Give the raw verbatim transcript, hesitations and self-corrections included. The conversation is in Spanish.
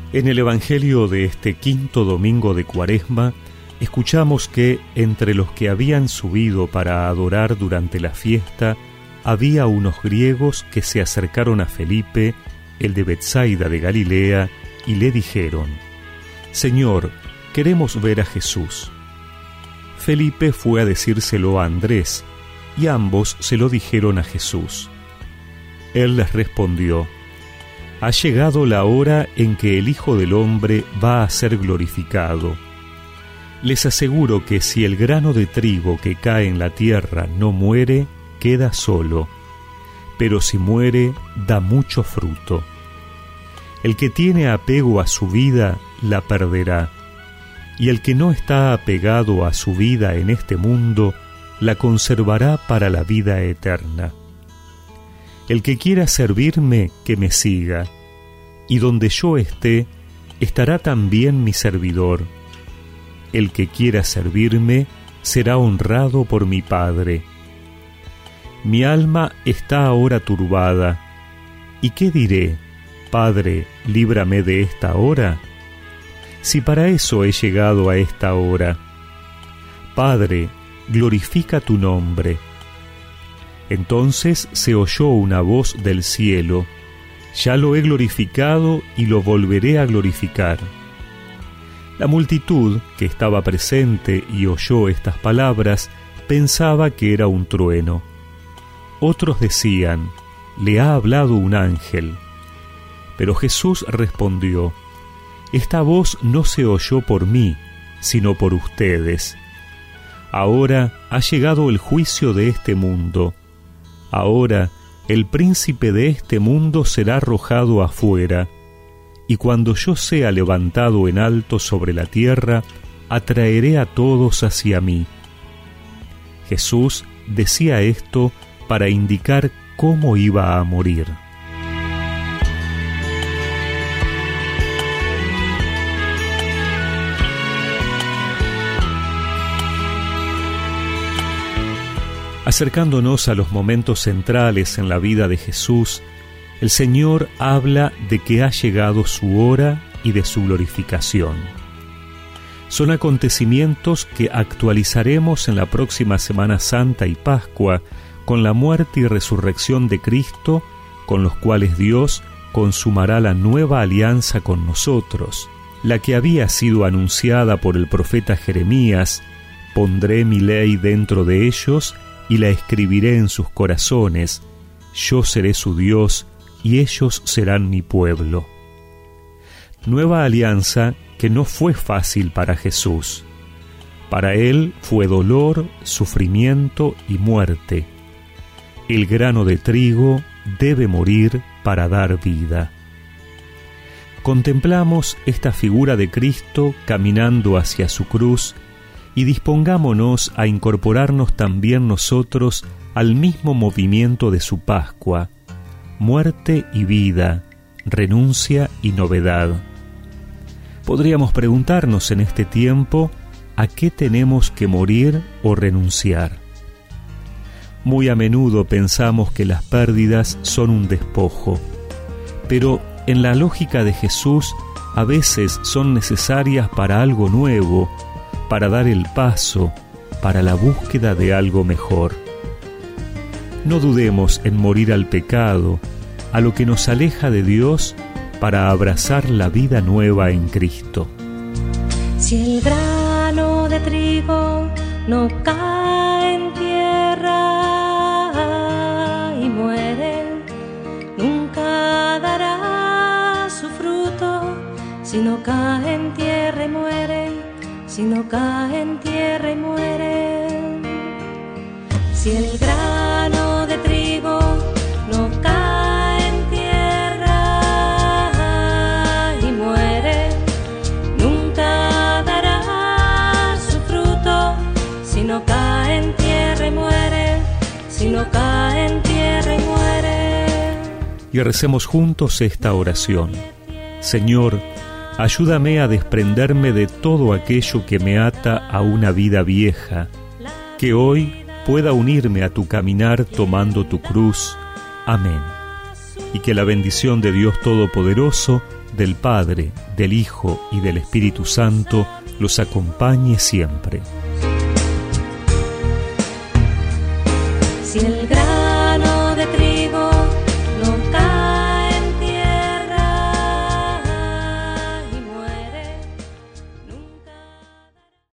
En el Evangelio de este quinto domingo de Cuaresma, escuchamos que entre los que habían subido para adorar durante la fiesta, había unos griegos que se acercaron a Felipe, el de Betsaida de Galilea, y le dijeron: «Señor, queremos ver a Jesús». Felipe fue a decírselo a Andrés, y ambos se lo dijeron a Jesús. Él les respondió: «Ha llegado la hora en que el Hijo del Hombre va a ser glorificado. Les aseguro que si el grano de trigo que cae en la tierra no muere, queda solo, pero si muere, da mucho fruto. El que tiene apego a su vida, la perderá, y el que no está apegado a su vida en este mundo, la conservará para la vida eterna. El que quiera servirme, que me siga, y donde yo esté, estará también mi servidor. El que quiera servirme, será honrado por mi Padre. Mi alma está ahora turbada. ¿Y qué diré? Padre, líbrame de esta hora. Si para eso he llegado a esta hora. Padre, glorifica tu nombre». Entonces se oyó una voz del cielo: «Ya lo he glorificado y lo volveré a glorificar». La multitud que estaba presente y oyó estas palabras pensaba que era un trueno. Otros decían: «Le ha hablado un ángel». Pero Jesús respondió: «Esta voz no se oyó por mí, sino por ustedes. Ahora ha llegado el juicio de este mundo. Ahora el príncipe de este mundo será arrojado afuera, y cuando yo sea levantado en alto sobre la tierra, atraeré a todos hacia mí». Jesús decía esto para indicar cómo iba a morir. Acercándonos a los momentos centrales en la vida de Jesús, el Señor habla de que ha llegado su hora y de su glorificación. Son acontecimientos que actualizaremos en la próxima Semana Santa y Pascua con la muerte y resurrección de Cristo, con los cuales Dios consumará la nueva alianza con nosotros, la que había sido anunciada por el profeta Jeremías: «Pondré mi ley dentro de ellos y la escribiré en sus corazones. Yo seré su Dios y ellos serán mi pueblo». Nueva alianza que no fue fácil para Jesús. Para él fue dolor, sufrimiento y muerte. El grano de trigo debe morir para dar vida. Contemplamos esta figura de Cristo caminando hacia su cruz y dispongámonos a incorporarnos también nosotros al mismo movimiento de su Pascua: muerte y vida, renuncia y novedad. Podríamos preguntarnos en este tiempo a qué tenemos que morir o renunciar. Muy a menudo pensamos que las pérdidas son un despojo, pero en la lógica de Jesús a veces son necesarias para algo nuevo, para dar el paso, para la búsqueda de algo mejor. No dudemos en morir al pecado, a lo que nos aleja de Dios, para abrazar la vida nueva en Cristo. Si el grano de trigo no cae en tierra y muere, nunca dará su fruto. Si no cae en tierra y muere, si no cae en tierra y muere. Si el grano de trigo no cae en tierra y muere, nunca dará su fruto. Si no cae en tierra y muere, si no cae en tierra y muere. Y recemos juntos esta oración. Señor, ayúdame a desprenderme de todo aquello que me ata a una vida vieja, que hoy pueda unirme a tu caminar tomando tu cruz. Amén. y que la bendición de Dios Todopoderoso, del Padre, del Hijo y del Espíritu Santo los acompañe siempre. Si el gran